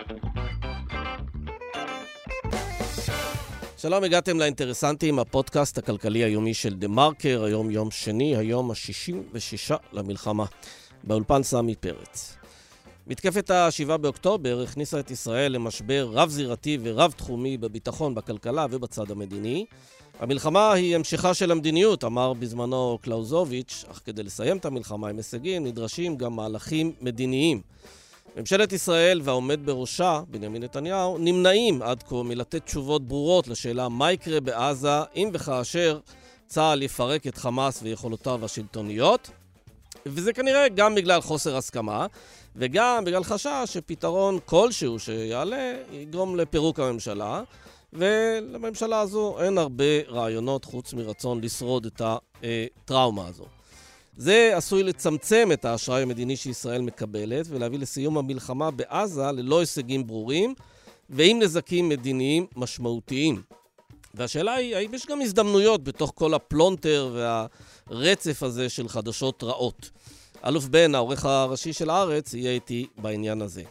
שלום, הגעתם לאינטרסנטים, הפודקאסט הכלכלי היומי של דה מרקר, היום יום שני, היום ה-66 למלחמה. באולפן סמי פרץ. מתקפת ה-7 באוקטובר הכניסה את ישראל למשבר רב-זירתי ורב-תחומי בביטחון, בכלכלה ובצד המדיני. המלחמה היא המשכה של המדיניות, אמר בזמנו קלאוזוביץ', אך כדי לסיים את המלחמה עם הישגים נדרשים גם מהלכים מדיניים. ממשלת ישראל והעומד בראשה, בנימין נתניהו, נמנעים עד כה מלתת תשובות ברורות לשאלה מה יקרה בעזה אם וכאשר צה"ל יפרק את חמאס ויכולותיו השלטוניות, וזה כנראה גם בגלל חוסר הסכמה, וגם בגלל חשש שפתרון כלשהו שיעלה יגרום לפירוק הממשלה, ולממשלה הזו אין הרבה רעיונות חוץ מרצון לשרוד את הטראומה הזו. זה עשוי לצמצם את האשראי המדיני שישראל מקבלת ולהביא לסיום המלחמה בעזה ללא הישגים ברורים ועם נזקים מדיניים משמעותיים. והשאלה היא, האם יש גם הזדמנויות בתוך כל הפלונטר והרצף הזה של חדשות רעות? אלוף בן, העורך הראשי של הארץ, יהיה איתי בעניין הזה.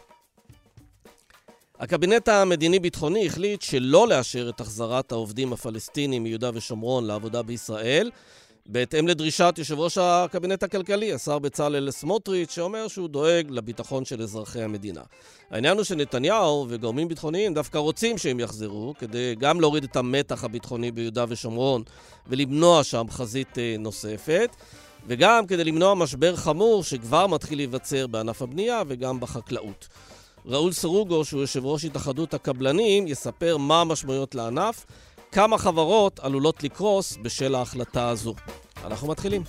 הקבינט המדיני-ביטחוני החליט שלא לאשר את החזרת העובדים הפלסטינים מיהודה ושומרון לעבודה בישראל, בהתאם לדרישת יושב ראש הקבינט הכלכלי, השר בצלאל סמוטריץ', שאומר שהוא דואג לביטחון של אזרחי המדינה. העניין הוא שנתניהו וגורמים ביטחוניים דווקא רוצים שהם יחזרו, כדי גם להוריד את המתח הביטחוני ביהודה ושומרון ולמנוע שם חזית נוספת, וגם כדי למנוע משבר חמור שכבר מתחיל להיווצר בענף הבנייה וגם בחקלאות. ראול סרוגו, שהוא יושב ראש התאחדות הקבלנים, יספר מה המשמעויות לענף, כמה חברות עלולות לקרוס בשל ההחלטה הזו. אנחנו מתחילים.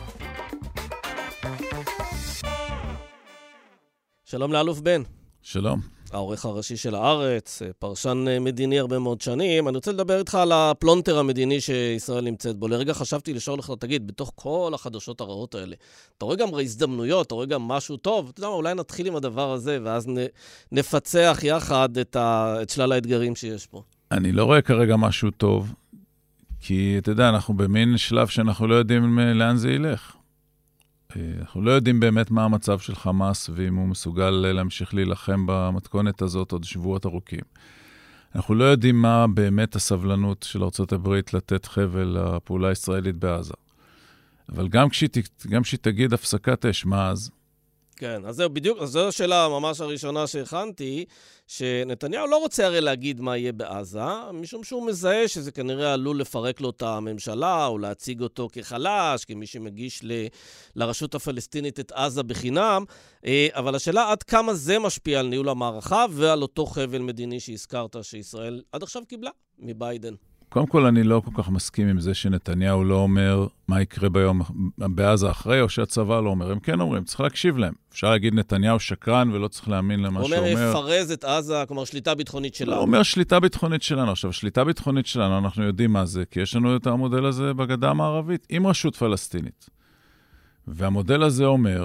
שלום לאלוף בן. שלום. העורך הראשי של הארץ, פרשן מדיני הרבה מאוד שנים. אני רוצה לדבר איתך על הפלונטר המדיני שישראל נמצאת בו. לרגע חשבתי לשאול לך, תגיד, בתוך כל החדשות הרעות האלה, אתה רואה גם הזדמנויות, אתה רואה גם משהו טוב? אתה יודע מה, אולי נתחיל עם הדבר הזה, ואז נפצח יחד את שלל האתגרים שיש פה. אני לא רואה כרגע משהו טוב, כי אתה יודע, אנחנו במין שלב שאנחנו לא יודעים לאן זה ילך. אנחנו לא יודעים באמת מה המצב של חמאס, ואם הוא מסוגל להמשיך להילחם במתכונת הזאת עוד שבועות ארוכים. אנחנו לא יודעים מה באמת הסבלנות של ארצות הברית לתת חבל לפעולה הישראלית בעזה. אבל גם כשהיא תגיד הפסקת אש, מה אז? כן, אז זהו בדיוק, אז זו השאלה ממש הראשונה שהכנתי, שנתניהו לא רוצה הרי להגיד מה יהיה בעזה, משום שהוא מזהה שזה כנראה עלול לפרק לו את הממשלה, או להציג אותו כחלש, כמי שמגיש לרשות הפלסטינית את עזה בחינם, אבל השאלה עד כמה זה משפיע על ניהול המערכה, ועל אותו חבל מדיני שהזכרת שישראל עד עכשיו קיבלה מביידן. קודם כל, אני לא כל כך מסכים עם זה שנתניהו לא אומר מה יקרה ביום בעזה אחרי, או שהצבא לא אומר. הם כן אומרים, צריך להקשיב להם. אפשר להגיד נתניהו שקרן ולא צריך להאמין למה שהוא אומר. הוא אומר, יפרז את עזה, כלומר, שליטה ביטחונית שלנו. הוא אומר, שליטה ביטחונית שלנו. עכשיו, שליטה ביטחונית שלנו, אנחנו יודעים מה זה, כי יש לנו את המודל הזה בגדה המערבית, עם רשות פלסטינית. והמודל הזה אומר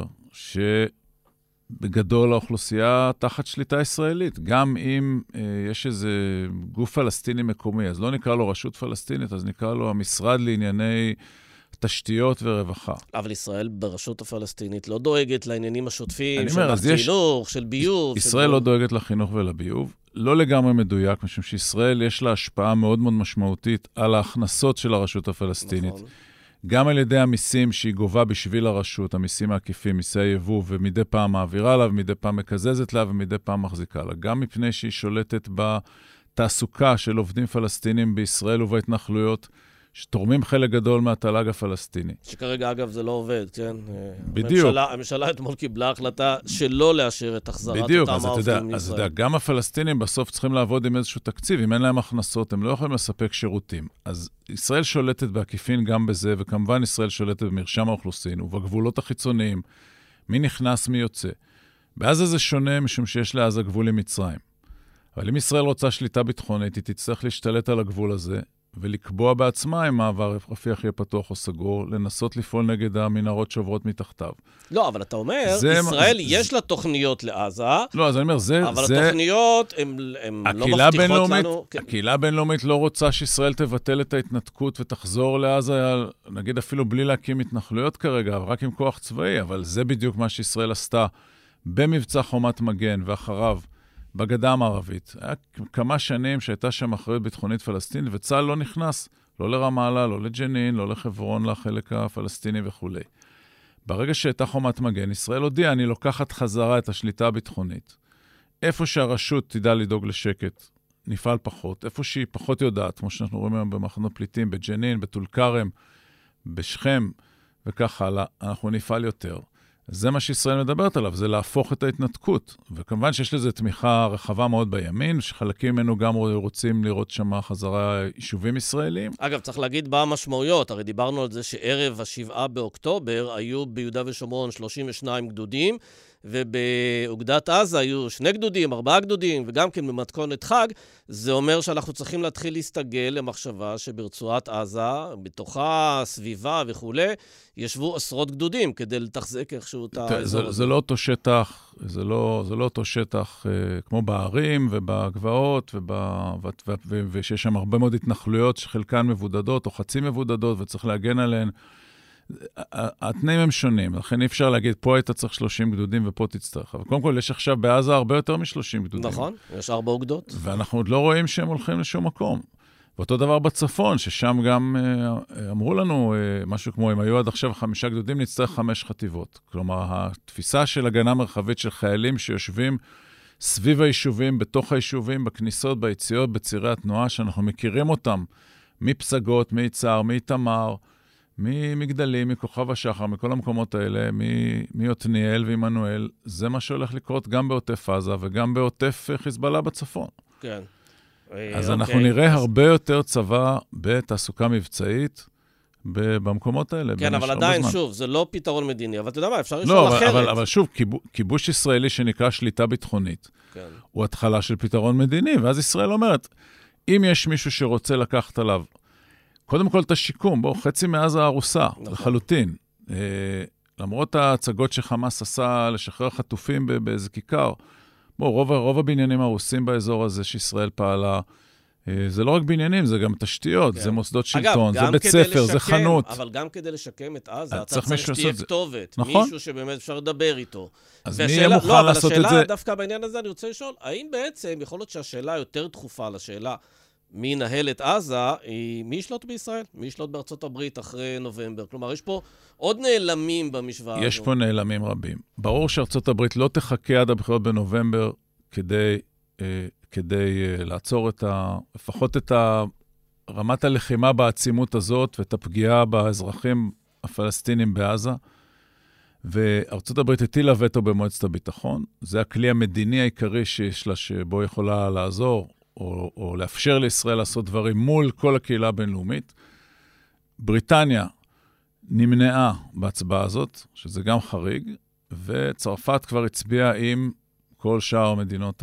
בגדול האוכלוסייה תחת שליטה ישראלית. גם אם יש איזה גוף פלסטיני מקומי, אז לא נקרא לו רשות פלסטינית, אז נקרא לו המשרד לענייני תשתיות ורווחה. אבל ישראל ברשות הפלסטינית לא דואגת לעניינים השוטפים, של חינוך, של ביוב. ישראל לא דואגת לחינוך ולביוב. לא לגמרי מדויק, משום שישראל יש לה השפעה מאוד מאוד משמעותית על ההכנסות של הרשות הפלסטינית. נכון. גם על ידי המיסים שהיא גובה בשביל הרשות, המיסים העקיפים, מיסי היבוא, ומדי פעם מעבירה לה, ומדי פעם מקזזת לה, ומדי פעם מחזיקה לה. גם מפני שהיא שולטת בתעסוקה של עובדים פלסטינים בישראל ובהתנחלויות, שתורמים חלק גדול מהתל"ג הפלסטיני. שכרגע, אגב, זה לא עובד, כן? בדיוק. הממשלה אתמול קיבלה החלטה שלא לאשר את החזרת בדיוק, אותם העובדים לישראל. אז אתה יודע, גם הפלסטינים בסוף צריכים לעבוד עם איזשהו תקציב, אם אין להם הכנסות, הם לא יכולים לספק שירותים. אז ישראל שולטת בעקיפין גם בזה, וכמובן ישראל שולטת במרשם האוכלוסין, ובגבולות החיצוניים, מי נכנס, מי יוצא. בעזה זה שונה, משום שיש לעזה גבול עם מצרים. אבל אם ישראל רוצה שליטה ביטחונית, היא תצטרך להשתלט על הגבול הזה, ולקבוע בעצמה אם מעבר רפיח יהיה פתוח או סגור, לנסות לפעול נגד המנהרות שעוברות מתחתיו. לא, אבל אתה אומר, ישראל יש לה תוכניות לעזה, לא, אז אני אומר, אבל התוכניות הן לא מבטיחות לנו. הקהילה הבינלאומית לא רוצה שישראל תבטל את ההתנתקות ותחזור לעזה, נגיד אפילו בלי להקים התנחלויות כרגע, רק עם כוח צבאי, אבל זה בדיוק מה שישראל עשתה במבצע חומת מגן ואחריו, בגדה המערבית. היה כמה שנים שהייתה שם אחריות ביטחונית פלסטינית, וצה"ל לא נכנס, לא לרמאללה, לא לג'נין, לא לחברון, לחלק הפלסטיני וכו'. ברגע שהייתה חומת מגן, ישראל הודיעה, אני לוקחת חזרה את השליטה הביטחונית. איפה שהרשות תדע לדאוג לשקט, נפעל פחות. איפה שהיא פחות יודעת, כמו שאנחנו רואים היום במחנות פליטים, בג'נין, בטול כרם, בשכם, וכך הלאה, אנחנו נפעל יותר. זה מה שישראל מדברת עליו, זה להפוך את ההתנתקות. וכמובן שיש לזה תמיכה רחבה מאוד בימין, שחלקים ממנו גם רוצים לראות שם חזרה יישובים ישראלים. אגב, צריך להגיד בה המשמעויות, הרי דיברנו על זה שערב ה7 באוקטובר היו ביהודה ושומרון 32 גדודים, ובאוגדת עזה היו 2 גדודים, 4 גדודים, וגם כן במתכונת חג. זה אומר שאנחנו צריכים להתחיל להסתגל למחשבה שברצועת עזה, בתוכה, סביבה וכו', ישבו עשרות גדודים כדי לתחזק איכשהו את האזור הזה. זה לא אותו שטח, זה לא אותו שטח כמו בערים ובגבעות, ושיש שם הרבה מאוד התנחלויות שחלקן מבודדות או חצי מבודדות, וצריך להגן עליהן. התנאים הם שונים, לכן אי אפשר להגיד, פה היית צריך 30 גדודים ופה תצטרך. אבל קודם כל, יש עכשיו בעזה הרבה יותר מ-30 גדודים. נכון, יש 4 אוגדות. ואנחנו עוד לא רואים שהם הולכים לשום מקום. ואותו דבר בצפון, ששם גם אמרו לנו משהו כמו, אם היו עד עכשיו 5 גדודים, נצטרך 5 חטיבות. כלומר, התפיסה של הגנה מרחבית של חיילים שיושבים סביב היישובים, בתוך היישובים, בכניסות, ביציאות, בצירי התנועה, שאנחנו מכירים אותם, מפסגות, מיצר, מתמר, ממגדלים, מכוכב השחר, מכל המקומות האלה, מיותניאל ועמנואל, זה מה שהולך לקרות גם בעוטף עזה וגם בעוטף חיזבאללה בצפון. כן. אז אנחנו נראה הרבה יותר צבא בתעסוקה מבצעית במקומות האלה. כן, אבל עדיין, שוב, זה לא פתרון מדיני, אבל אתה יודע מה, אפשר לשאול אחרת. אבל שוב, כיבוש ישראלי שנקרא שליטה ביטחונית, הוא התחלה של פתרון מדיני, ואז ישראל אומרת, אם יש מישהו שרוצה לקחת עליו, קודם כל את השיקום, חצי מאז הרוסה, לחלוטין. למרות ההצגות שחמאס עשה לשחרר חטופים באיזה כיכר, רוב הבניינים הרוסים באזור הזה שישראל פעלה, זה לא רק בניינים, זה גם תשתיות, זה מוסדות שלטון, זה בית ספר, זה חנות. אבל גם כדי לשקם את עזה, אתה צריך שתהיה כתובת, מישהו שבאמת אפשר לדבר איתו. אז מי יהיה מוכן לעשות את זה? אבל השאלה, דווקא בעניין הזה אני רוצה לשאול, האם בעצם יכול להיות שהשאלה יותר דחופה לשאלה, מי ינהל את עזה, מי ישלוט בישראל? מי ישלוט בארצות הברית אחרי נובמבר? כלומר, יש פה עוד נעלמים במשוואה הזו. יש פה נעלמים רבים. ברור שארצות הברית לא תחכה עד הבחירות בנובמבר כדי לעצור לפחות את רמת הלחימה בעצימות הזאת ואת הפגיעה באזרחים הפלסטינים בעזה. וארצות הברית הטילה וטו במועצת הביטחון. זה הכלי המדיני העיקרי שיש לה, שבו יכולה לעזור, או לאפשר לישראל לעשות דברים מול כל הקהילה הבינלאומית. בריטניה נמנעה בהצבעה הזאת, שזה גם חריג, וצרפת כבר הצביעה עם כל שאר המדינות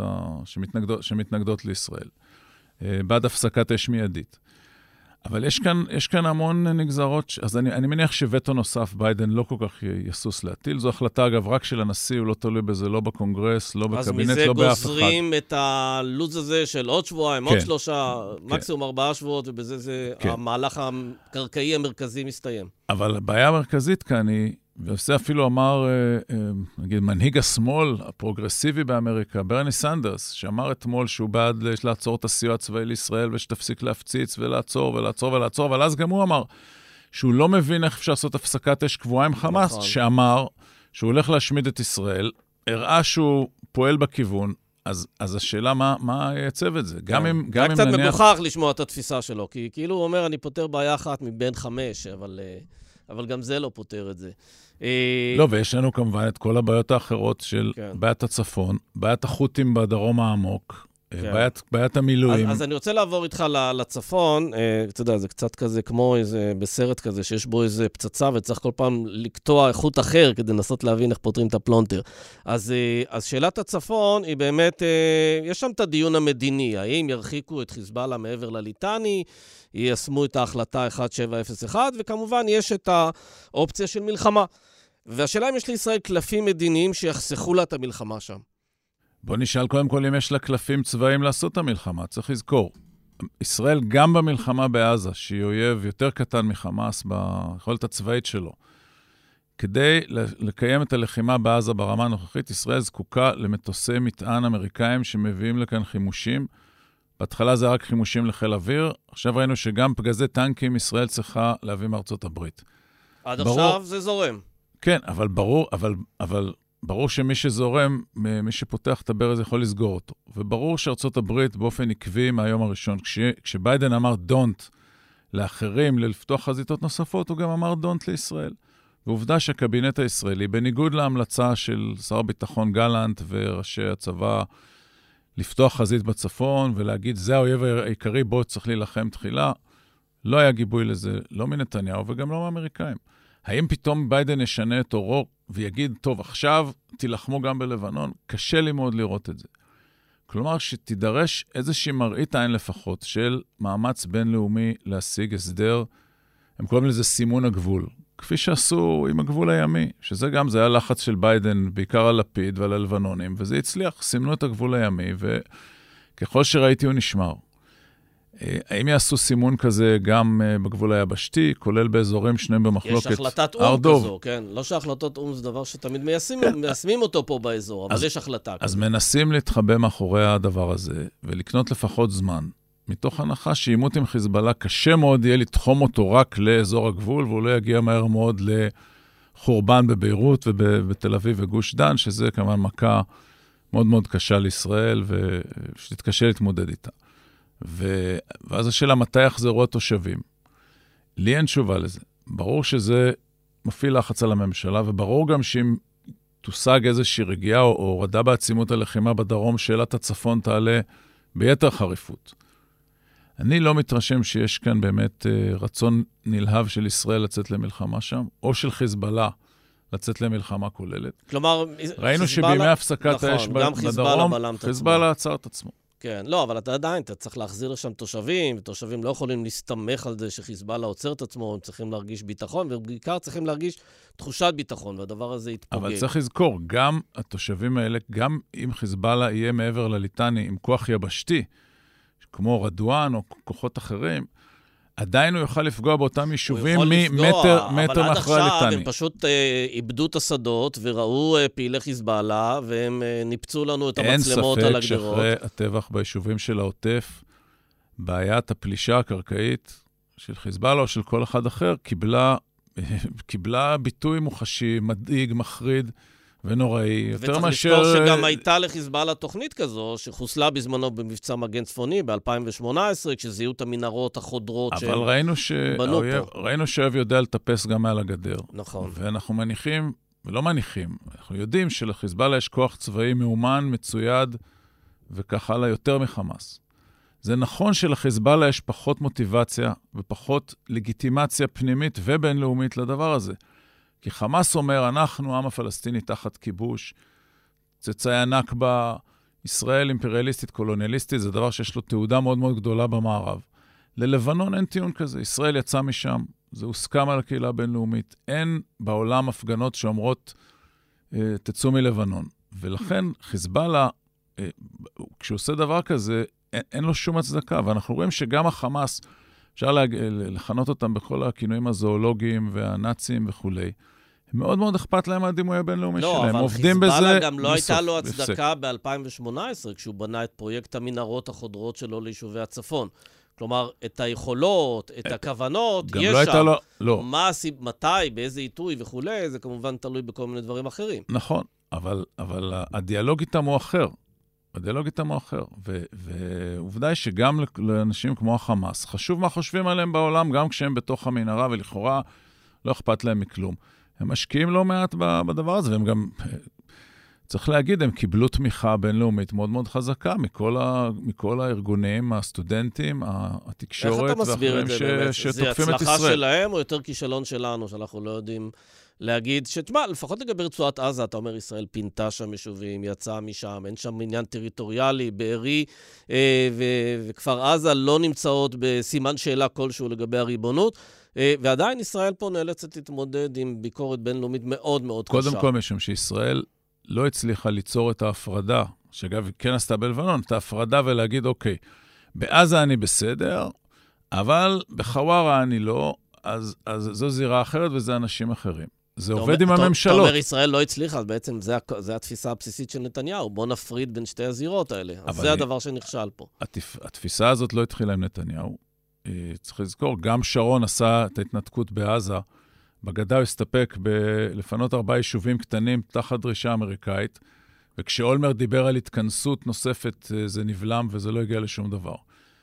שמתנגדות לישראל, בעד הפסקת אש מיידית. אבל יש כאן המון נגזרות, אז אני מניח שווטו נוסף ביידן לא כל כך יסוס להטיל. זו החלטה, אגב, רק של הנשיא, הוא לא תלוי בזה, לא בקונגרס, לא בקבינט, לא באף אחד. אז מזה גוזרים את הלוז הזה של עוד שבועיים, עוד 3, מקסימום 4 שבועות, ובזה זה המהלך הקרקעי המרכזי מסתיים. אבל הבעיה המרכזית כאן היא, וזה אפילו אמר, נגיד, מנהיג השמאל הפרוגרסיבי באמריקה, ברני סנדרס, שאמר אתמול שהוא בעד לעצור את הסיוע הצבאי לישראל, ושתפסיק להפציץ ולעצור ולעצור ולעצור, אבל אז גם הוא אמר שהוא לא מבין איך אפשר לעשות הפסקת אש קבועה עם חמאס, שאמר שהוא הולך להשמיד את ישראל, הראה שהוא פועל בכיוון, אז השאלה מה ייצב את זה? גם אם נניח... קצת מגוחך לשמוע את התפיסה שלו, כי כאילו הוא אומר, אני פותר בעיה אחת מבין 5, אבל גם זה לא פותר את זה. לא, ויש לנו כמובן את כל הבעיות האחרות של בעיית הצפון, בעיית החות'ים בדרום העמוק, בעיית המילואים. אז אני רוצה לעבור איתך לצפון, אתה יודע, זה קצת כזה כמו איזה בסרט כזה, שיש בו איזה פצצה וצריך כל פעם לקטוע חוט אחר כדי לנסות להבין איך פותרים את הפלונטר. אז שאלת הצפון היא באמת, יש שם את הדיון המדיני, האם ירחיקו את חיזבאללה מעבר לליטני, יישמו את ההחלטה 1701, וכמובן יש את האופציה של מלחמה. והשאלה אם יש לישראל קלפים מדיניים שיחסכו לה את המלחמה שם. בוא נשאל קודם כל אם יש לה קלפים צבאיים לעשות את המלחמה. צריך לזכור, ישראל גם במלחמה בעזה, שהיא אויב יותר קטן מחמאס ביכולת הצבאית שלו, כדי לקיים את הלחימה בעזה ברמה הנוכחית, ישראל זקוקה למטוסי מטען אמריקאים שמביאים לכאן חימושים. בהתחלה זה רק חימושים לחיל אוויר, עכשיו ראינו שגם פגזי טנקים ישראל צריכה להביא מארצות הברית. עד עכשיו זה זורם. כן, אבל ברור שמי שזורם, מי שפותח את הברז יכול לסגור אותו. וברור שארצות הברית באופן עקבי מהיום הראשון, כשביידן אמר don't לאחרים לפתוח חזיתות נוספות, הוא גם אמר don't לישראל. ועובדה שהקבינט הישראלי, בניגוד להמלצה של שר הביטחון גלנט וראשי הצבא, לפתוח חזית בצפון ולהגיד, זה האויב העיקרי, בו צריך להילחם תחילה, לא היה גיבוי לזה, לא מנתניהו וגם לא מהאמריקאים. האם פתאום ביידן ישנה את אורו ויגיד, טוב, עכשיו תילחמו גם בלבנון? קשה לי מאוד לראות את זה. כלומר, שתידרש איזושהי מראית עין לפחות של מאמץ בינלאומי להשיג הסדר, הם קוראים לזה סימון הגבול, כפי שעשו עם הגבול הימי, שזה גם, זה היה לחץ של ביידן, בעיקר על לפיד ועל הלבנונים, וזה הצליח, סימנו את הגבול הימי, וככל שראיתי הוא נשמר. האם יעשו סימון כזה גם בגבול היבשתי, כולל באזורים שניים במחלוקת? יש החלטת אום כזו, כן? לא שהחלטות אום זה דבר שתמיד מיישמים אותו פה באזור, אבל יש החלטה כזו. אז מנסים להתחבא מאחורי הדבר הזה, ולקנות לפחות זמן, מתוך הנחה שעימות עם חיזבאללה קשה מאוד יהיה לתחום אותו רק לאזור הגבול, והוא לא יגיע מהר מאוד לחורבן בביירות ובתל אביב וגוש דן, שזה כמובן מכה מאוד מאוד קשה לישראל, ושתתקשה להתמודד איתה. ואז השאלה, מתי יחזרו התושבים? לי אין תשובה לזה. ברור שזה מפעיל לחץ על הממשלה, וברור גם שאם תושג איזושהי רגיעה או הורדה בעצימות הלחימה בדרום, שאלת הצפון תעלה ביתר חריפות. אני לא מתרשם שיש כאן באמת רצון נלהב של ישראל לצאת למלחמה שם, או של חיזבאללה לצאת למלחמה כוללת. כלומר, ראינו שבימי הפסקת האש בדרום, חיזבאללה עצר את עצמו. כן, לא, אבל אתה צריך להחזיר לשם תושבים, ותושבים לא יכולים להסתמך על זה שחיזבאללה עוצר את עצמו, הם צריכים להרגיש ביטחון, ובעיקר צריכים להרגיש תחושת ביטחון, והדבר הזה יתפוגג. אבל צריך לזכור, גם התושבים האלה, גם אם חיזבאללה יהיה מעבר לליטני עם כוח יבשתי, כמו רדואן או כוחות אחרים, עדיין הוא יוכל לפגוע באותם יישובים ממטר מאחורי הליטני. אבל עד עכשיו הם פשוט איבדו את השדות וראו פעילי חיזבאללה, והם ניפצו לנו את המצלמות על הגדרות. אין ספק שאחרי הטבח ביישובים של העוטף, בעיית הפלישה הקרקעית של חיזבאללה או של כל אחד אחר, קיבלה ביטוי מוחשי, מדאיג, מחריד, ונוראי. וצריך לזכור שגם הייתה לחיזבאללה תוכנית כזו, שחוסלה בזמנו במבצע מגן צפוני ב-2018, כשזיהו את המנהרות החודרות אבל ראינו שהאויב יודע לטפס גם מעל הגדר. נכון. ואנחנו מניחים, ולא מניחים, אנחנו יודעים שלחיזבאללה יש כוח צבאי מאומן, מצויד, וכך הלאה יותר מחמאס. זה נכון שלחיזבאללה יש פחות מוטיבציה, ופחות לגיטימציה פנימית ובינלאומית לדבר הזה. כי חמאס אומר, אנחנו, העם הפלסטיני, תחת כיבוש, צאצאי הנכבה, ישראל אימפריאליסטית, קולוניאליסטית, זה דבר שיש לו תעודה מאוד מאוד גדולה במערב. ללבנון אין טיעון כזה, ישראל יצא משם, זה הוסכם על הקהילה הבינלאומית, אין בעולם הפגנות שאומרות, תצאו מלבנון. ולכן חיזבאללה, כשהוא עושה דבר כזה, אין לו שום הצדקה, ואנחנו רואים שגם החמאס, אפשר לכנות אותם בכל הכינויים הזואולוגיים והנאצים וכולי, מאוד מאוד אכפת להם מהדימוי הבינלאומי שלהם. לא, אבל חיזבאללה גם לא הייתה לו הצדקה ב-2018, כשהוא בנה את פרויקט המנהרות החודרות שלו ליישובי הצפון. כלומר, את היכולות, את הכוונות, יש שם. לא. מתי, באיזה עיתוי וכולי, זה כמובן תלוי בכל מיני דברים אחרים. נכון, אבל הדיאלוג איתם הוא אחר. הדיאלוג איתם הוא אחר. ועובדה היא שגם לאנשים כמו החמאס, חשוב מה חושבים עליהם בעולם, גם כשהם בתוך המנהרה, ולכאורה לא אכפת להם מכלום. הם משקיעים לא מעט בדבר הזה, והם גם, צריך להגיד, הם קיבלו תמיכה בינלאומית מאוד מאוד חזקה, מכל הארגונים, הסטודנטים, התקשורת, איך אתה מסביר את זה באמת? שתוקפים את ישראל. זה הצלחה שלהם או יותר כישלון שלנו, שאנחנו לא יודעים להגיד, שתשמע, לפחות לגבי רצועת עזה, אתה אומר, ישראל פינתה שם יישובים, יצאה משם, אין שם עניין טריטוריאלי, בארי וכפר עזה לא נמצאות בסימן שאלה כלשהו לגבי הריבונות, ועדיין ישראל פה נאלצת להתמודד עם ביקורת בינלאומית מאוד מאוד קשה. קודם כל, משום שישראל לא הצליחה ליצור את ההפרדה, שאגב, כן עשתה בלבנון, את ההפרדה ולהגיד, אוקיי, בעזה אני בסדר, אבל בחווארה אני לא, אז זו זירה אחרת וזה אנשים אחרים. זה עובד עם הממשלות. אתה אומר, ישראל לא הצליחה, אז בעצם זה התפיסה הבסיסית של נתניהו. בוא נפריד בין שתי הזירות האלה. אז זה הדבר שנכשל פה. התפיסה הזאת לא התחילה עם נתניהו. צריך לזכור, גם שרון עשה את ההתנתקות בעזה. בגדה הוא הסתפק לפנות 4 יישובים קטנים תחת דרישה אמריקאית, וכשאולמרט דיבר על התכנסות נוספת, זה נבלם וזה לא הגיע לשום דבר.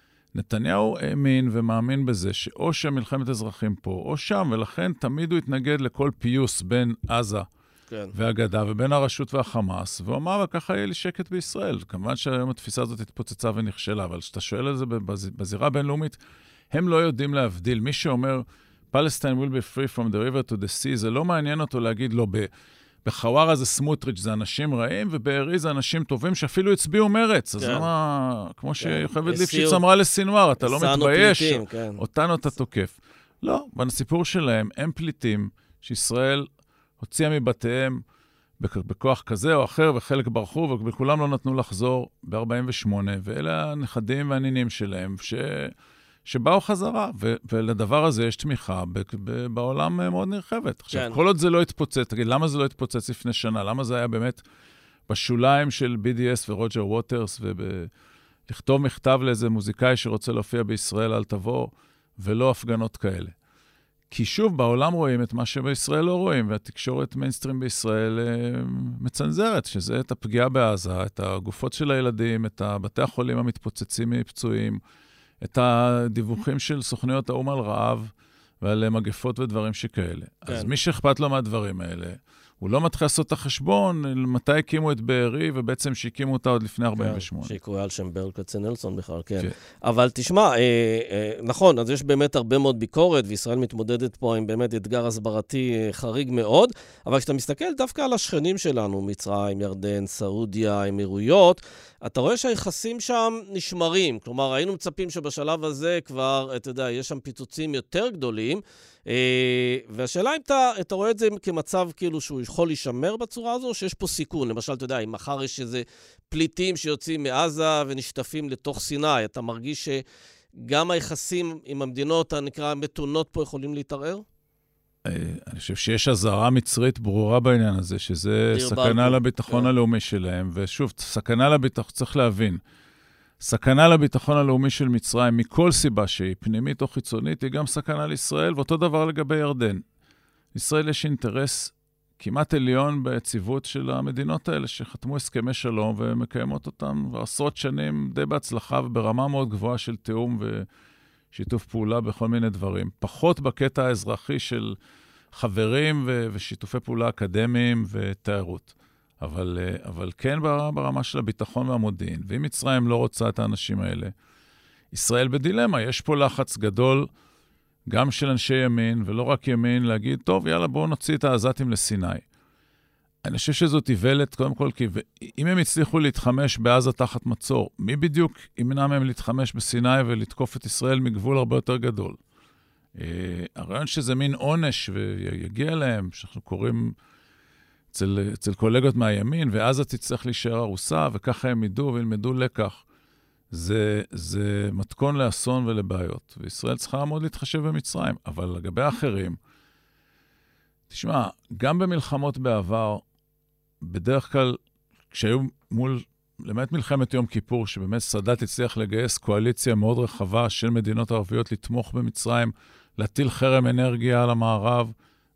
נתניהו האמין ומאמין בזה שאו שמלחמת אזרחים פה או שם, ולכן תמיד הוא התנגד לכל פיוס בין עזה והגדה ובין הרשות והחמאס, והוא אמר, ככה יהיה לי שקט בישראל. כמובן שהיום התפיסה הזאת התפוצצה ונכשלה, אבל כשאתה שואל על זה בזירה הבינלאומית, הם לא יודעים להבדיל. מי שאומר, Palestine will be free from the river to the sea, זה לא מעניין אותו להגיד לו, בחווארה זה סמוטריץ', זה אנשים רעים, ובארי זה אנשים טובים שאפילו הצביעו מרץ. אז למה, כמו שיוכבד ליפשיץ אמרה לסינואר, אתה לא מתבייש, אותנו אתה תוקף. לא, בסיפור שלהם, הם פליטים שישראל הוציאה מבתיהם בכוח כזה או אחר, וחלק ברחו, וכולם לא נתנו לחזור ב-48, ואלה הנכדים והנינים שלהם, שבאו חזרה, ולדבר הזה יש תמיכה בעולם מאוד נרחבת. עכשיו, כל עוד זה לא התפוצץ, תגיד, למה זה לא התפוצץ לפני שנה? למה זה היה באמת בשוליים של BDS ורוג'ר ווטרס, ולכתוב מכתב לאיזה מוזיקאי שרוצה להופיע בישראל, אל תבוא, ולא הפגנות כאלה. כי שוב, בעולם רואים את מה שבישראל לא רואים, והתקשורת מיינסטרים בישראל מצנזרת, שזה את הפגיעה בעזה, את הגופות של הילדים, את בתי החולים המתפוצצים מפצועים, את הדיווחים של סוכניות האו"ם על רעב ועל מגפות ודברים שכאלה. כן. אז מי שאכפת לו מהדברים האלה, הוא לא מתחיל לעשות את החשבון, מתי הקימו את בארי, ובעצם שהקימו אותה עוד לפני 48. שהיא קוראה על שם ברל כצנלסון בכלל, כן. אבל תשמע, נכון, אז יש באמת הרבה מאוד ביקורת, וישראל מתמודדת פה עם באמת אתגר הסברתי חריג מאוד, אבל כשאתה מסתכל דווקא על השכנים שלנו, מצרים, ירדן, סעודיה, אמירויות, אתה רואה שהיחסים שם נשמרים. כלומר, היינו מצפים שבשלב הזה כבר, אתה יודע, יש שם פיצוצים יותר גדולים, והשאלה אם אתה רואה את זה כמצב כאילו שהוא יכול להישמר בצורה הזו, או שיש פה סיכון. למשל, אתה יודע, אם מחר יש איזה פליטים שיוצאים מעזה ונשטפים לתוך סיני, אתה מרגיש שגם היחסים עם המדינות הנקרא מתונות פה יכולים להתערער? אני חושב שיש הזרה מצרית ברורה בעניין הזה, שזה סכנה לביטחון הלאומי שלהם, ושוב, סכנה לביטחון, צריך להבין, סכנה לביטחון הלאומי של מצרים, מכל סיבה שהיא, פנימית או חיצונית, היא גם סכנה לישראל, ואותו דבר לגבי ירדן. ישראל יש אינטרס כמעט עליון ביציבות של המדינות האלה, שחתמו הסכמי שלום ומקיימות אותם עשרות שנים די בהצלחה, וברמה מאוד גבוהה של תיאום ושיתוף פעולה בכל מיני דברים. פחות בקטע האזרחי של חברים ושיתופי פעולה אקדמיים ותיירות. אבל כן ברמה של הביטחון והמודיעין. ואם מצרים לא רוצה את האנשים האלה, ישראל בדילמה. יש פה לחץ גדול, גם של אנשי ימין, ולא רק ימין, להגיד, טוב, יאללה, בואו נוציא את העזתים לסיני. אני חושב שזאת איוולת, קודם כל, כי אם הם הצליחו להתחמש בעזה תחת מצור, מי בדיוק ימנע מהם להתחמש בסיני ולתקוף את ישראל מגבול הרבה יותר גדול? הרעיון שזה מין עונש ויגיע להם, שאנחנו קוראים אצל קולגות מהימין, ואז תצטרך להישאר הרוסה, וככה הם ידעו וילמדו לקח. זה מתכון לאסון ולבעיות. וישראל צריכה מאוד להתחשב במצרים, אבל לגבי האחרים, תשמע, גם במלחמות בעבר, בדרך כלל, כשהיו למעט מלחמת יום כיפור, שבאמת סאדאת הצליח לגייס קואליציה מאוד רחבה של מדינות ערביות לתמוך במצרים, להטיל חרם אנרגיה על המערב,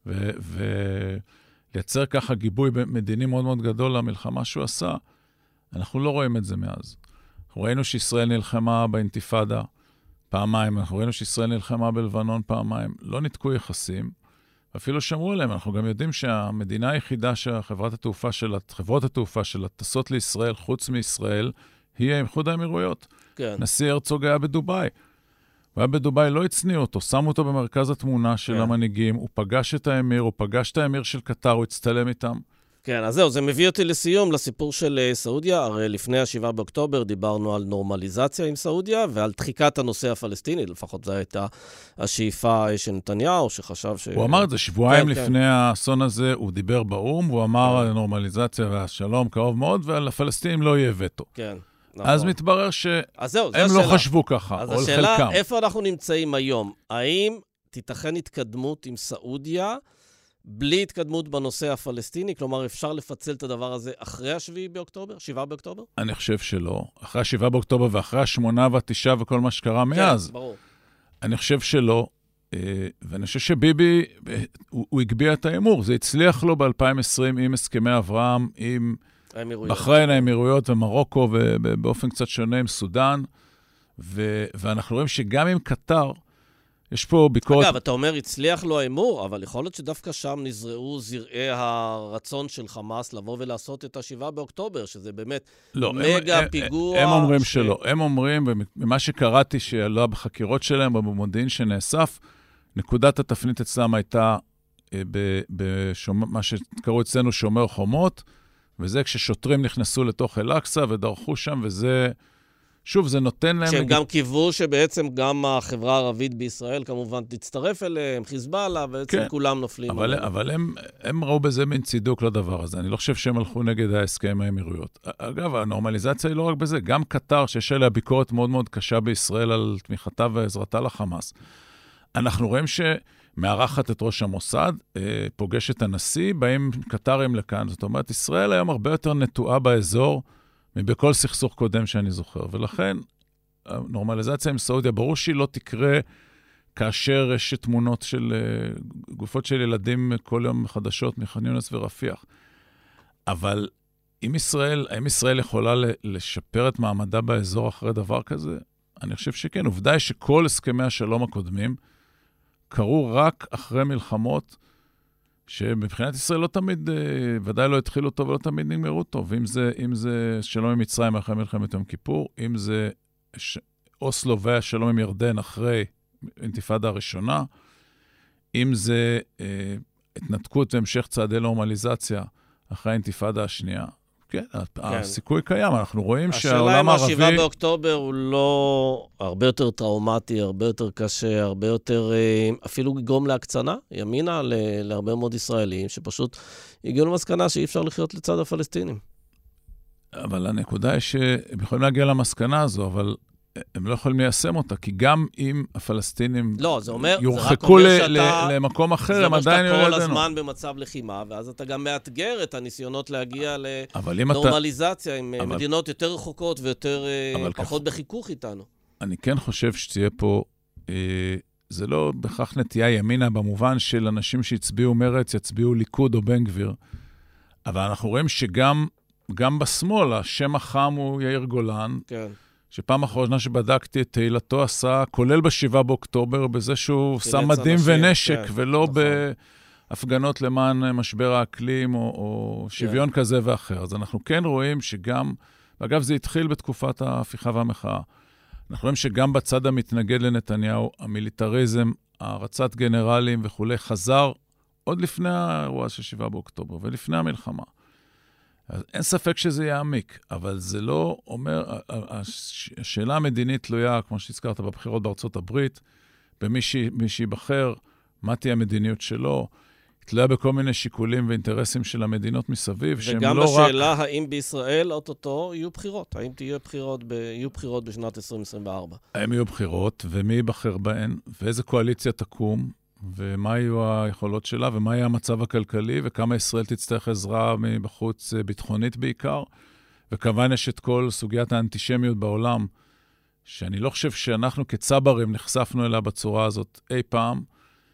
לייצר ככה גיבוי מדיני מאוד מאוד גדול למלחמה שהוא עשה, אנחנו לא רואים את זה מאז. אנחנו ראינו שישראל נלחמה באינתיפאדה פעמיים, אנחנו ראינו שישראל נלחמה בלבנון פעמיים, לא ניתקו יחסים, אפילו שמרו עליהם. אנחנו גם יודעים שהמדינה היחידה שחברות התעופה שלה טסות לישראל, חוץ מישראל, היא איחוד האמירויות. כן. נשיא הרצוג היה בדובאי. הוא היה בדובאי, לא הצניעו אותו, שמו אותו במרכז התמונה של המנהיגים, הוא פגש את האמיר, הוא פגש את האמיר של קטר, הוא הצטלם איתם. כן, אז זהו, זה מביא אותי לסיום, לסיפור של סעודיה. הרי לפני ה-7 באוקטובר דיברנו על נורמליזציה עם סעודיה, ועל דחיקת הנושא הפלסטיני, לפחות זו הייתה השאיפה של נתניהו, שחשב ש... הוא אמר את זה שבועיים לפני האסון הזה, הוא דיבר באום, והוא אמר על נורמליזציה והשלום קרוב מאוד, ועל הפלסטינים לא יהיה וטו. כן. אז מתברר שהם לא חשבו ככה, או לחלקם. אז השאלה, איפה אנחנו נמצאים היום? האם תיתכן התקדמות עם סעודיה, בלי התקדמות בנושא הפלסטיני? כלומר, אפשר לפצל את הדבר הזה אחרי 7 באוקטובר? אני חושב שלא. אחרי 7 באוקטובר ואחרי 8 ו9 וכל מה שקרה מאז. כן, ברור. אני חושב שלא. ואני חושב שביבי, הוא הגביע את האמור. זה הצליח לו ב-2020 עם הסכמי אברהם, עם בחריין, האמירויות ומרוקו, ובאופן קצת שונה עם סודן. ואנחנו רואים שגם עם קטר, יש פה ביקורת... אגב, אתה אומר, הצליח לו האמור, אבל יכול להיות שדווקא שם נזרעו זרעי הרצון של חמאס לבוא ולעשות את 7 באוקטובר, שזה באמת מגה פיגוע... הם אומרים שלא. הם אומרים, ומה שקראתי שלא בחקירות שלהם, במודיעין שנאסף, נקודת התפנית אצלם הייתה במה שקראו אצלנו שומר חומות, וזה כששוטרים נכנסו לתוך אל-אקצא ודרכו שם, וזה... שוב, זה נותן להם... שהם גם קיוו שבעצם גם החברה הערבית בישראל כמובן תצטרף אליהם, חיזבאללה, בעצם כן, כולם נופלים. אבל הם ראו בזה מין צידוק לדבר הזה. אני לא חושב שהם הלכו נגד ההסכם האמירויות. אגב, הנורמליזציה היא לא רק בזה. גם קטר, שיש עליה ביקורת מאוד מאוד קשה בישראל על תמיכתה ועזרתה לחמאס. אנחנו רואים שמארחת את ראש המוסד, פוגש את הנשיא, באים קטרים לכאן. זאת אומרת, ישראל היום הרבה יותר נטועה באזור, מבכל סכסוך קודם שאני זוכר. ולכן, הנורמליזציה עם סעודיה, ברור שהיא לא תקרה כאשר יש תמונות של גופות של ילדים כל יום חדשות מח'אן יונס ורפיח. אבל האם ישראל יכולה לשפר את מעמדה באזור אחרי דבר כזה? אני חושב שכן. עובדה היא שכל הסכמי השלום הקודמים קרו רק אחרי מלחמות, שמבחינת ישראל לא תמיד, ודאי לא התחילו טוב ולא תמיד נגמרו טוב. אם זה שלום עם מצרים אחרי מלחמת יום כיפור, אם זה אוסלו והשלום עם ירדן אחרי אינתיפאדה הראשונה, אם זה התנתקות והמשך צעדי נורמליזציה אחרי האינתיפאדה השנייה. כן, הסיכוי קיים. אנחנו רואים שהעולם הערבי... השאלה אם 7 באוקטובר הוא לא הרבה יותר טראומטי, הרבה יותר קשה, הרבה יותר אפילו גורם להקצנה, ימינה להרבה מאוד ישראלים, שפשוט הגיעו למסקנה שאי אפשר לחיות לצד הפלסטינים. אבל הנקודה היא שהם יכולים להגיע למסקנה הזו, אבל הם לא יכולים ליישם אותה, כי גם אם הפלסטינים יורחקו למקום אחר, הם עדיין יורדנו. זה אומר שאתה כל הזמן במצב לחימה, ואז אתה גם מאתגר את הניסיונות להגיע לנורמליזציה עם מדינות יותר רחוקות ויותר פחות בחיכוך איתנו. אני כן חושב שתהיה פה, זה לא בכך נטייה ימינה, במובן של אנשים שהצביעו מרץ, יצביעו ליכוד או בן גביר, אבל אנחנו רואים שגם בשמאל, השם החם הוא יאיר גולן, כן. שפעם אחרונה שבדקתי את תהילתו עשה, כולל ב7 באוקטובר, בזה שהוא שם מדים ונשק, כן, ולא נכון. בהפגנות למען משבר האקלים, או שוויון כן. כזה ואחר. אז אנחנו כן רואים שגם, ואגב זה התחיל בתקופת ההפיכה והמחאה, אנחנו רואים שגם בצד המתנגד לנתניהו, המיליטריזם, הרצת גנרלים וכו', חזר עוד לפני האירוע של 7 באוקטובר, ולפני המלחמה. אז אין ספק שזה יעמיק, אבל זה לא אומר, השאלה המדינית תלויה, כמו שהזכרת, בבחירות בארצות הברית, במי שיבחר, מה תהיה המדיניות שלו, תלויה בכל מיני שיקולים ואינטרסים של המדינות מסביב, שהם לא רק... וגם בשאלה האם בישראל, אוטוטו, יהיו בחירות. האם יהיו בחירות בשנת 2024? האם יהיו בחירות, ומי ייבחר בהן, ואיזה קואליציה תקום, ומה יהיו היכולות שלה, ומה יהיה המצב הכלכלי, וכמה ישראל תצטרך עזרה מבחוץ ביטחונית בעיקר. וכמובן יש את כל סוגיית האנטישמיות בעולם, שאני לא חושב שאנחנו כצברים נחשפנו אליה בצורה הזאת אי פעם,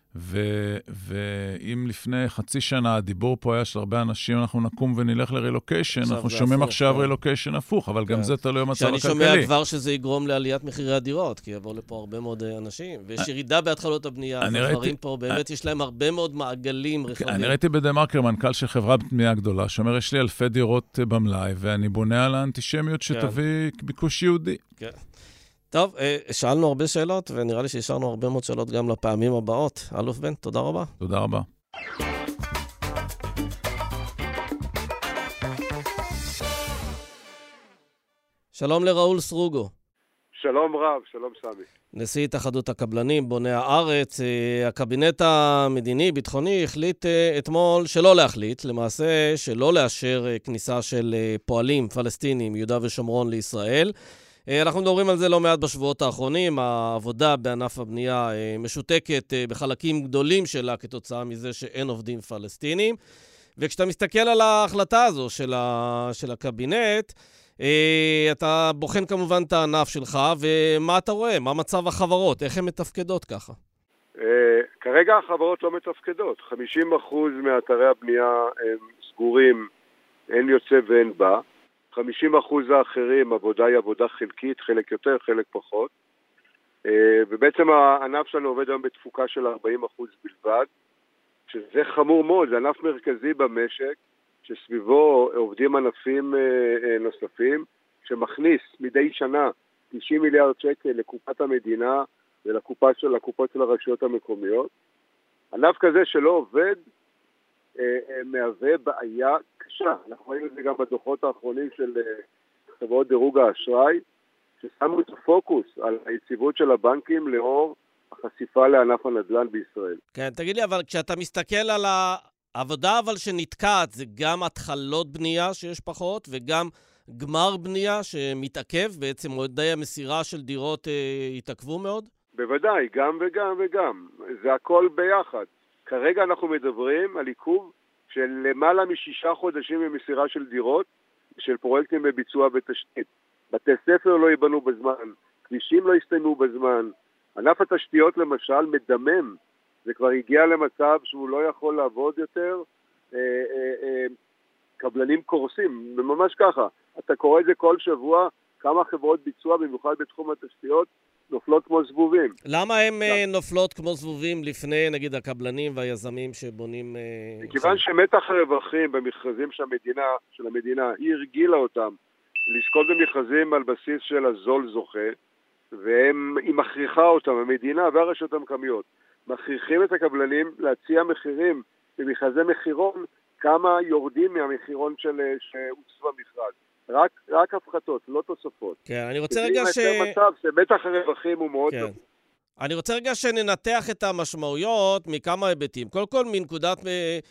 ואם לפני חצי שנה הדיבור פה היה של הרבה אנשים, אנחנו נקום ונלך לרילוקיישן, אנחנו שומעים עכשיו רילוקיישן הפוך, אבל גם זה תלוי במצב הכלכלי. שאני שומע כבר שזה יגרום לעליית מחירי הדירות, כי יבוא לפה הרבה מאוד אנשים, ויש ירידה בהתחלות הבנייה, הדברים פה באמת יש להם הרבה מאוד מעגלים רחבים. אני ראיתי בדה-מרקר, מנכ"ל של חברה בנייה גדולה, שאומר, יש לי אלפי דירות במלאי, ואני בונה על האנטישמיות שתביא ביקוש יהודי. כן. טוב, שאלנו הרבה שאלות, ונראה לי שהשארנו הרבה מאוד שאלות גם לפעמים הבאות. אלוף בן, תודה רבה. תודה רבה. שלום לראול סרוגו. שלום רב, שלום סמי. נשיא התאחדות הקבלנים, בוני הארץ. הקבינט המדיני-ביטחוני החליט אתמול שלא להחליט, למעשה שלא לאשר כניסה של פועלים פלסטינים מיהודה ושומרון לישראל. אנחנו מדברים על זה לא מעט בשבועות האחרונים. העבודה בענף הבנייה משותקת בחלקים גדולים שלה כתוצאה מזה שאין עובדים פלסטינים. וכשאתה מסתכל על ההחלטה הזו של הקבינט, אתה בוחן כמובן את הענף שלך, ומה אתה רואה? מה מצב החברות? איך הן מתפקדות ככה? כרגע החברות לא מתפקדות. 50% מאתרי הבנייה הם סגורים, אין יוצא ואין בא. 50% האחרים, עבודה היא עבודה חלקית, חלק יותר, חלק פחות. ובעצם הענף שלנו עובד היום בתפוקה של 40% בלבד, שזה חמור מאוד, זה ענף מרכזי במשק, שסביבו עובדים ענפים נוספים, שמכניס מדי שנה 90 מיליארד שקל לקופת המדינה ולקופות של הרשויות המקומיות. ענף כזה שלא עובד מהווה בעיה קשה. אנחנו רואים את זה גם בדוחות האחרונים של חברות דירוג האשראי, ששמו את הפוקוס על היציבות של הבנקים לאור החשיפה לענף הנדל"ן בישראל. כן, תגיד לי, אבל כשאתה מסתכל על העבודה אבל שנתקעת, זה גם התחלות בנייה שיש פחות, וגם גמר בנייה שמתעכב, בעצם מועדי המסירה של דירות התעכבו מאוד? בוודאי, גם וגם וגם. זה הכל ביחד. כרגע אנחנו מדברים על עיכוב של למעלה מ6 חודשים במסירה של דירות, של פרויקטים בביצוע בתשתית. בתי ספר לא ייבנו בזמן, כבישים לא יסתיימו בזמן. ענף התשתיות למשל מדמם, זה כבר הגיע למצב שהוא לא יכול לעבוד יותר, קבלנים קורסים, וממש ככה. אתה קורא את זה כל שבוע, כמה חברות ביצוע, במיוחד בתחום התשתיות, נופלות כמו זבובים. למה הן נופלות כמו זבובים לפני, נגיד, הקבלנים והיזמים שבונים... מכיוון שמתח הרווחים במכרזים של המדינה, היא הרגילה אותם לזכות במכרזים על בסיס של הזול זוכה, והיא מכריחה אותם, המדינה והרשויות המקומיות, מכריחים את הקבלנים להציע מחירים במכרזי מחירון, כמה יורדים מהמחירון שהוצב במכרז. רק הפחתות, לא תוספות. כן, אני רוצה רגע זה מצב שמתח הרווחים הוא מאוד... כן. אני רוצה רגע שננתח את המשמעויות מכמה היבטים. קודם כל, מנקודת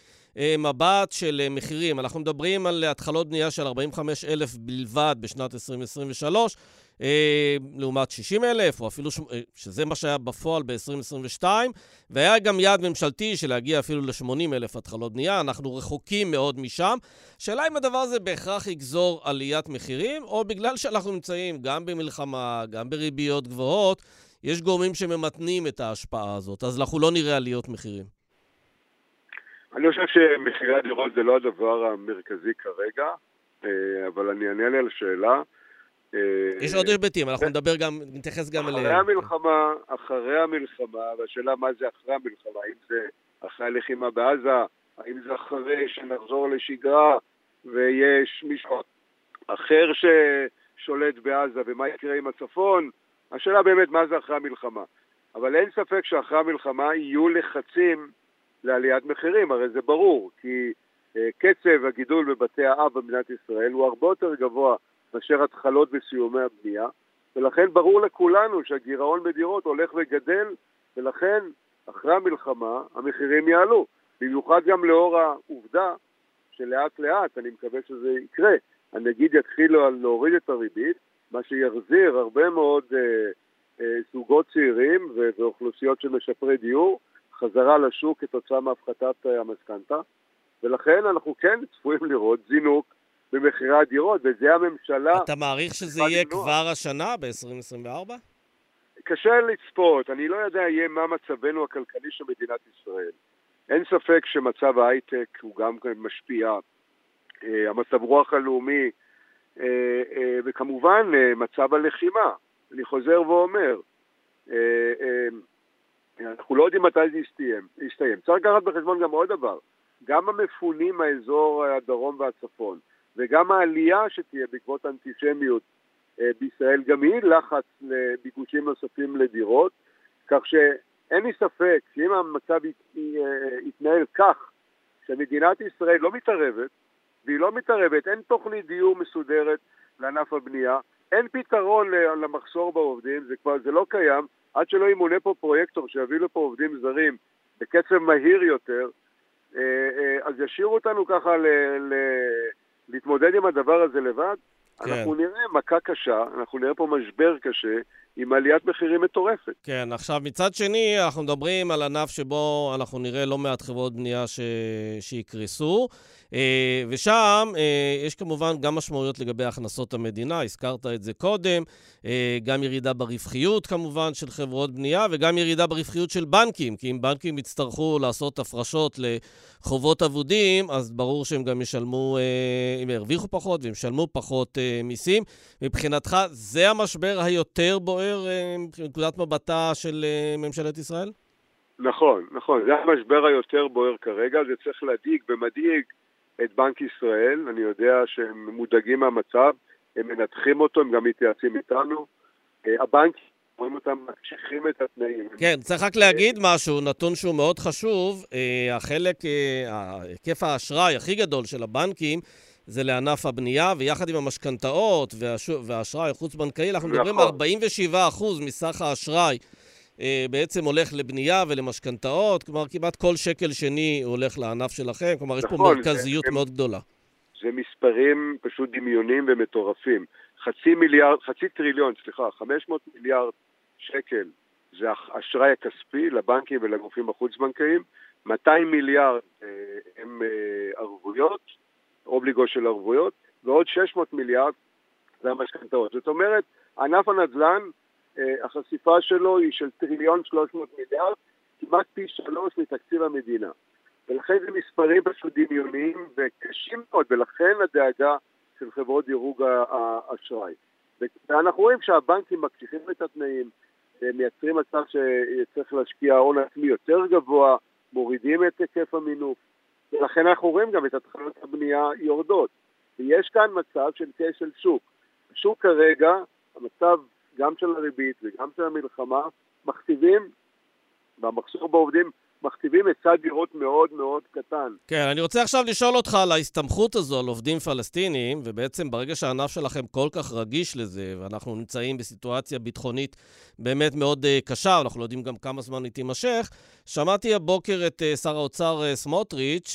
מבט של מחירים. אנחנו מדברים על התחלות בנייה של 45,000 בלבד בשנת 2023, לעומת 60,000, או אפילו שזה מה שהיה בפועל ב-2022, והיה גם יעד ממשלתי של להגיע אפילו ל-80,000 התחלות בנייה. אנחנו רחוקים מאוד משם. שאלה אם הדבר הזה בהכרח יגזור עליית מחירים, או בגלל שאנחנו נמצאים גם במלחמה, גם בריביות גבוהות, יש גורמים שממתנים את ההשפעה הזאת, אז אנחנו לא נראה עליות מחירים. אני חושב שמחירי הדירות זה לא הדבר המרכזי כרגע, אבל אני אענה לי על השאלה. יש עוד היבטים, אנחנו נתייחס גם אליהם. אחרי המלחמה, והשאלה מה זה אחרי המלחמה, האם זה אחרי הלחימה בעזה, האם זה אחרי שנחזור לשגרה, ויש מישהו אחר ששולט בעזה, ומה יקרה עם הצפון, השאלה באמת מה זה אחרי המלחמה. אבל אין ספק שאחרי המלחמה יהיו לחצים לעליית מחירים, הרי זה ברור, כי קצב הגידול בבתי האב במדינת ישראל הוא הרבה יותר גבוה מאשר התחלות וסיומי הבנייה, ולכן ברור לכולנו שהגירעון בדירות הולך וגדל, ולכן אחרי המלחמה המחירים יעלו, במיוחד גם לאור העובדה שלאט לאט, אני מקווה שזה יקרה, הנגיד יתחיל להוריד את הריבית, מה שיחזיר הרבה מאוד זוגות צעירים ואוכלוסיות של משפרי דיור, חזרה לשוק כתוצאה מהפחתת המשכנתא, ולכן אנחנו כן צפויים לראות זינוק במחירי הדירות, וזה הממשלה... אתה מעריך שזה יהיה כבר השנה, ב-2024? קשה לצפות, אני לא יודע יהיה מה מצבנו הכלכלי של מדינת ישראל. אין ספק שמצב ההייטק הוא גם משפיע, המצב רוח הלאומי, וכמובן מצב הלחימה. אני חוזר ואומר, אנחנו לא יודעים מתי זה יסתיים. צריך לקחת בחשבון גם עוד דבר, גם המפונים מהאזור הדרום והצפון, וגם העלייה שתהיה בעקבות אנטישמיות בישראל, גם היא לחץ לביקושים נוספים לדירות, כך שאין לי ספק שאם המצב יתנהל כך, שמדינת ישראל לא מתערבת, והיא לא מתערבת, אין תוכנית דיור מסודרת לענף הבנייה, אין פתרון למחסור בעובדים, זה לא קיים, עד שלא ימונה פה פרויקטור שיביא לפה עובדים זרים בקצב מהיר יותר, אז ישאירו אותנו ככה להתמודד עם הדבר הזה לבד. אנחנו נראה מכה קשה, אנחנו נראה פה משבר קשה, עם עליית מחירים מטורפת. כן, עכשיו מצד שני, אנחנו מדברים על ענף שבו אנחנו נראה לא מעט חברות בנייה שיקרסו, ושם יש כמובן גם משמעויות לגבי הכנסות המדינה, הזכרת את זה קודם, גם ירידה ברווחיות כמובן של חברות בנייה, וגם ירידה ברווחיות של בנקים, כי אם בנקים יצטרכו לעשות הפרשות לחובות אבודים, אז ברור שהם גם ישלמו, הם ירוויחו פחות והם ישלמו פחות מיסים. מבחינתך, זה המשבר היותר בוער מנקודת מבטה של ממשלת ישראל? נכון, זה המשבר היותר בוער כרגע, זה צריך להדאיג ומדאיג את בנק ישראל, אני יודע שהם מודאגים מהמצב, הם מנתחים אותו, הם גם מתייעצים איתנו, הבנקים רואים אותם מקשיחים את התנאים. כן, צריך רק להגיד משהו, נתון שהוא מאוד חשוב, היקף האשראי הכי גדול של הבנקים, זה לענף הבנייה, ויחד עם המשכנתאות והאשראי החוץ-בנקאי, אנחנו מדברים 47% מסך האשראי בעצם הולך לבנייה ולמשכנתאות, כלומר כמעט כל שקל שני הולך לענף שלכם, כלומר יש פה מרכזיות מאוד גדולה. זה מספרים פשוט דמיונים ומטורפים. 500 מיליארד שקל זה אשראי הכספי לבנקים ולגופים החוץ-בנקאיים, 200 מיליארד הם ערבויות, אובליגו של ערבויות, ועוד 600 מיליארד זה המשכנתאות. זאת אומרת, ענף הנדל"ן, החשיפה שלו היא של 1.3 טריליון, כמעט פי 3 מתקציב המדינה. ולכן זה מספרים פשוט דמיוניים וקשים מאוד, ולכן הדאגה של חברות דירוג האשראי. ואנחנו רואים שהבנקים מקשיחים את התנאים, מייצרים מצב שצריך להשקיע הון עצמי יותר גבוה, מורידים את היקף המינוף, ולכן אנחנו רואים גם את התחלות הבנייה יורדות. ויש כאן מצב של כשל שוק. השוק כרגע, המצב גם של הריבית וגם של המלחמה, מכתיבים, והמחסור בעובדים, מכתיבים היצע דירות מאוד מאוד קטן. כן, אני רוצה עכשיו לשאול אותך על ההסתמכות הזו על עובדים פלסטינים, ובעצם ברגע שהענף שלכם כל כך רגיש לזה, ואנחנו נמצאים בסיטואציה ביטחונית באמת מאוד קשה, אנחנו לא יודעים גם כמה זמן היא תימשך, שמעתי הבוקר את שר האוצר סמוטריץ'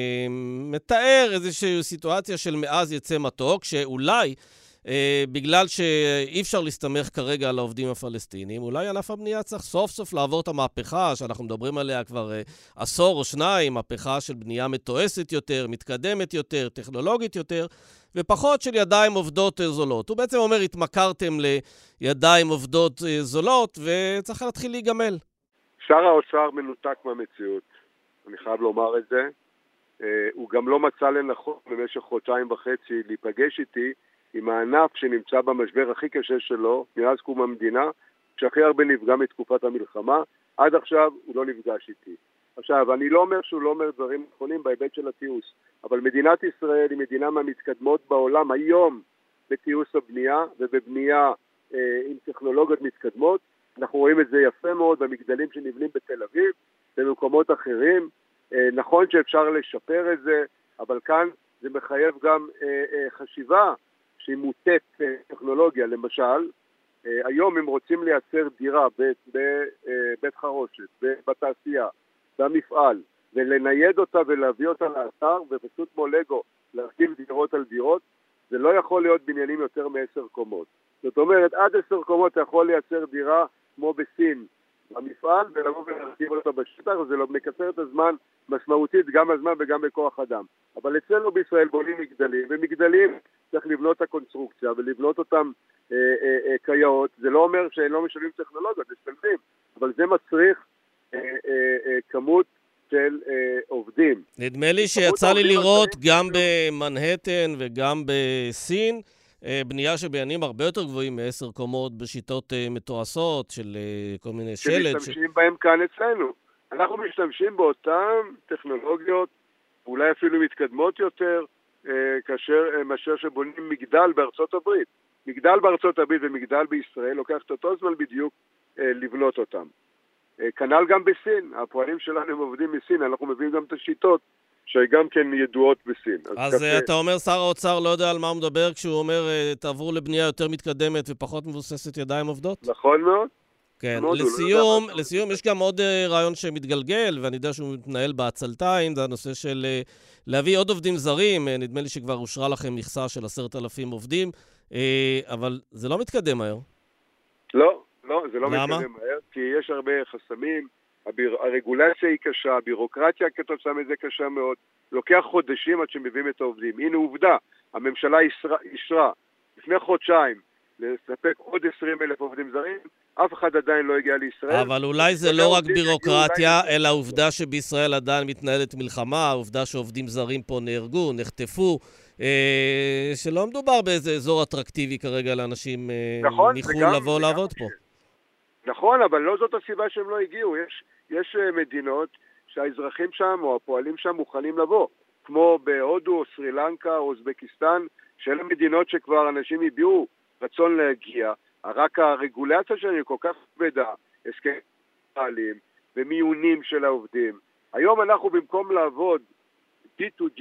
שמתאר איזושהי סיטואציה של מאז יצא מתוק, שאולי בגלל שאי אפשר להסתמך כרגע על העובדים הפלסטינים, אולי ענף הבנייה צריך סוף סוף לעבור את המהפכה שאנחנו מדברים עליה כבר עשור או שניים, מהפכה של בנייה מתועסת יותר, מתקדמת יותר, טכנולוגית יותר, ופחות של ידיים עובדות זולות. הוא בעצם אומר, התמכרתם לידיים עובדות זולות, וצריך להתחיל להיגמל. שר האוצר מנותק מהמציאות, אני חייב לומר את זה. הוא גם לא מצא לנכון במשך 2.5 חודשים להיפגש איתי, עם הענף שנמצא במשבר הכי קשה שלו, מאז קום המדינה, שהכי הרבה נפגע מתקופת המלחמה, עד עכשיו הוא לא נפגש איתי. עכשיו, אני לא אומר שהוא לא אומר דברים נכונים בהיבט של התיעוש, אבל מדינת ישראל היא מדינה מהמתקדמות בעולם היום בתיעוש הבנייה ובבנייה עם טכנולוגיות מתקדמות. אנחנו רואים את זה יפה מאוד במגדלים שנבנים בתל אביב, במקומות אחרים. נכון שאפשר לשפר את זה, אבל כאן זה מחייב גם חשיבה שהיא מוטט טכנולוגיה. למשל, היום אם רוצים לייצר דירה בבית חרושת, בתעשייה, במפעל, ולנייד אותה ולהביא אותה לאתר, ופשוט כמו לגו להרכיב דירות על דירות, זה לא יכול להיות בניינים יותר מ10 קומות. זאת אומרת, עד 10 קומות אתה יכול לייצר דירה כמו בסין במפעל, ולבוא ולהרכיב אותה בשטח, זה לא מקצר את הזמן משמעותית, גם הזמן וגם בכוח אדם. אבל אצלנו בישראל בונים מגדלים, ומגדלים צריך לבנות את הקונסטרוקציה ולבנות אותם קייאות. זה לא אומר שהם לא משלמים טכנולוגיות, זה משלמים, אבל זה מצריך כמות של עובדים. נדמה לי שיצא לי לראות גם במנהטן וגם בסין, בנייה שבימים הרבה יותר גבוהים מ10 קומות בשיטות מתועשות של כל מיני שלד. שמשתמשים בהם כאן אצלנו. אנחנו משתמשים באותן טכנולוגיות, אולי אפילו מתקדמות יותר, מאשר שבונים מגדל בארצות הברית. מגדל בארצות הברית ומגדל בישראל לוקח את אותו זמן בדיוק לבנות אותם. כנ"ל גם בסין, הפועלים שלנו הם עובדים מסין, אנחנו מביאים גם את השיטות שגם כן ידועות בסין. אז אתה אומר שר האוצר לא יודע על מה הוא מדבר כשהוא אומר תעברו לבנייה יותר מתקדמת ופחות מבוססת ידיים עובדות? נכון מאוד. כן, לסיום יש גם עוד רעיון שמתגלגל, ואני יודע שהוא מתנהל בעצלתיים, זה הנושא של להביא עוד עובדים זרים, נדמה לי שכבר אושרה לכם מכסה של 10,000 עובדים, אבל זה לא מתקדם מהר. לא, זה לא למה? מתקדם מהר, כי יש הרבה חסמים, הרגולציה היא קשה, הבירוקרטיה כתוצאה מזה קשה מאוד, לוקח חודשים עד שמביאים את העובדים. הנה עובדה, הממשלה אישרה לפני חודשיים לספק עוד 20,000 עובדים זרים, אף אחד עדיין לא הגיע לישראל. אבל אולי זה לא רק בירוקרטיה, אלא העובדה שבישראל עדיין מתנהלת מלחמה, העובדה שעובדים זרים פה נהרגו, נחטפו, שלא מדובר באיזה אזור אטרקטיבי כרגע לאנשים מחו"ל לבוא לעבוד פה. נכון, אבל לא זאת הסיבה שהם לא הגיעו. יש מדינות שהאזרחים שם או הפועלים שם מוכנים לבוא, כמו בהודו או סרי לנקה או אוזבקיסטן, שאלה מדינות שכבר אנשים הביאו רצון להגיע, רק הרגולציה שלנו כל כך כבדה, הסכמים ומיונים של העובדים. היום אנחנו במקום לעבוד B2G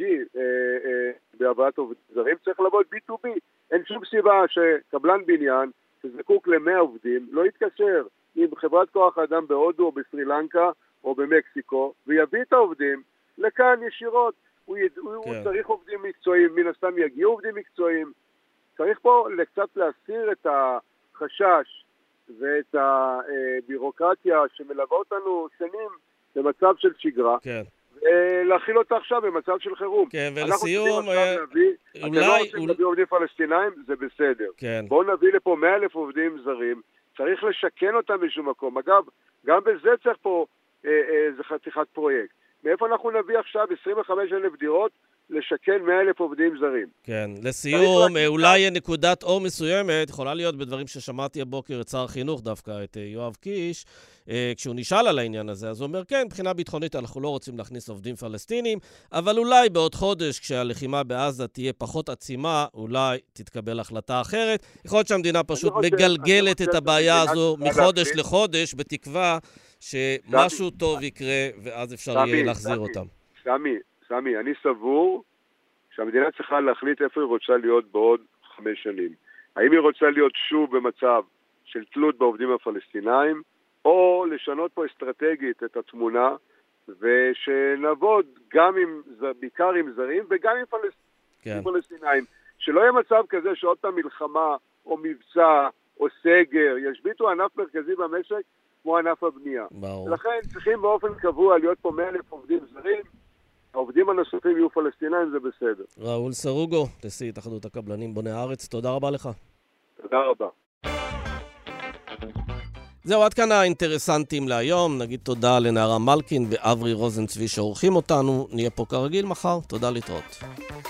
בעבודת עובדים זרים, צריך לעבוד B2B. אין שום סיבה שקבלן בניין שזקוק ל100 עובדים לא יתקשר עם חברת כוח האדם בהודו או בסרי לנקה או במקסיקו ויביא את העובדים לכאן ישירות. הוא צריך עובדים מקצועיים, מן הסתם יגיעו עובדים מקצועיים. צריך פה קצת להסיר את החשש ואת הבירוקרטיה שמלווה אותנו שנים במצב של שגרה, ולהכיל אותה עכשיו במצב של חירום. כן, ולסיום, אתם לא רוצים להביא עובדים פלסטינאים, זה בסדר. בואו נביא לפה 100,000 עובדים זרים, צריך לשכן אותם בשום מקום. אגב, גם בזה צריך פה זה חתיכת פרויקט. מאיפה אנחנו נביא עכשיו 25,000 דירות לשכן 100,000 עובדים זרים? כן, לסיום, אולי נקודת אור מסוימת, יכולה להיות בדברים ששמעתי הבוקר את שר החינוך דווקא, את יואב קיש, כשהוא נשאל על העניין הזה, אז הוא אומר, כן, מבחינה ביטחונית אנחנו לא רוצים להכניס עובדים פלסטינים, אבל אולי בעוד חודש, כשהלחימה בעזה תהיה פחות עצימה, אולי תתקבל החלטה אחרת. יכול להיות שהמדינה פשוט מגלגלת את הבעיה הזו מחודש לחודש, בתקווה שמשהו טוב יקרה, ואז אפשר יהיה להחזיר אותם. סמי, אני סבור שהמדינה צריכה להחליט איפה היא רוצה להיות בעוד 5 שנים. האם היא רוצה להיות שוב במצב של תלות בעובדים הפלסטינאים, או לשנות פה אסטרטגית את התמונה, ושנעבוד גם בעיקר עם זרים וגם עם פלסטינאים. שלא יהיה מצב כזה שעוד פעם מלחמה או מבצע או סגר ישביתו ענף מרכזי במשק כמו ענף הבנייה. ולכן צריכים באופן קבוע להיות פה 100,000 עובדים זרים, העובדים הנוספים יהיו פלסטינאים, זה בסדר. ראול סרוגו, נשיא התאחדות הקבלנים בוני הארץ, תודה רבה לך. תודה רבה. זהו, עד כאן האינטרסנטים להיום. נגיד תודה לנערה מלקין ואברי רוזנצבי שעורכים אותנו. נהיה פה כרגיל מחר. תודה להתראות.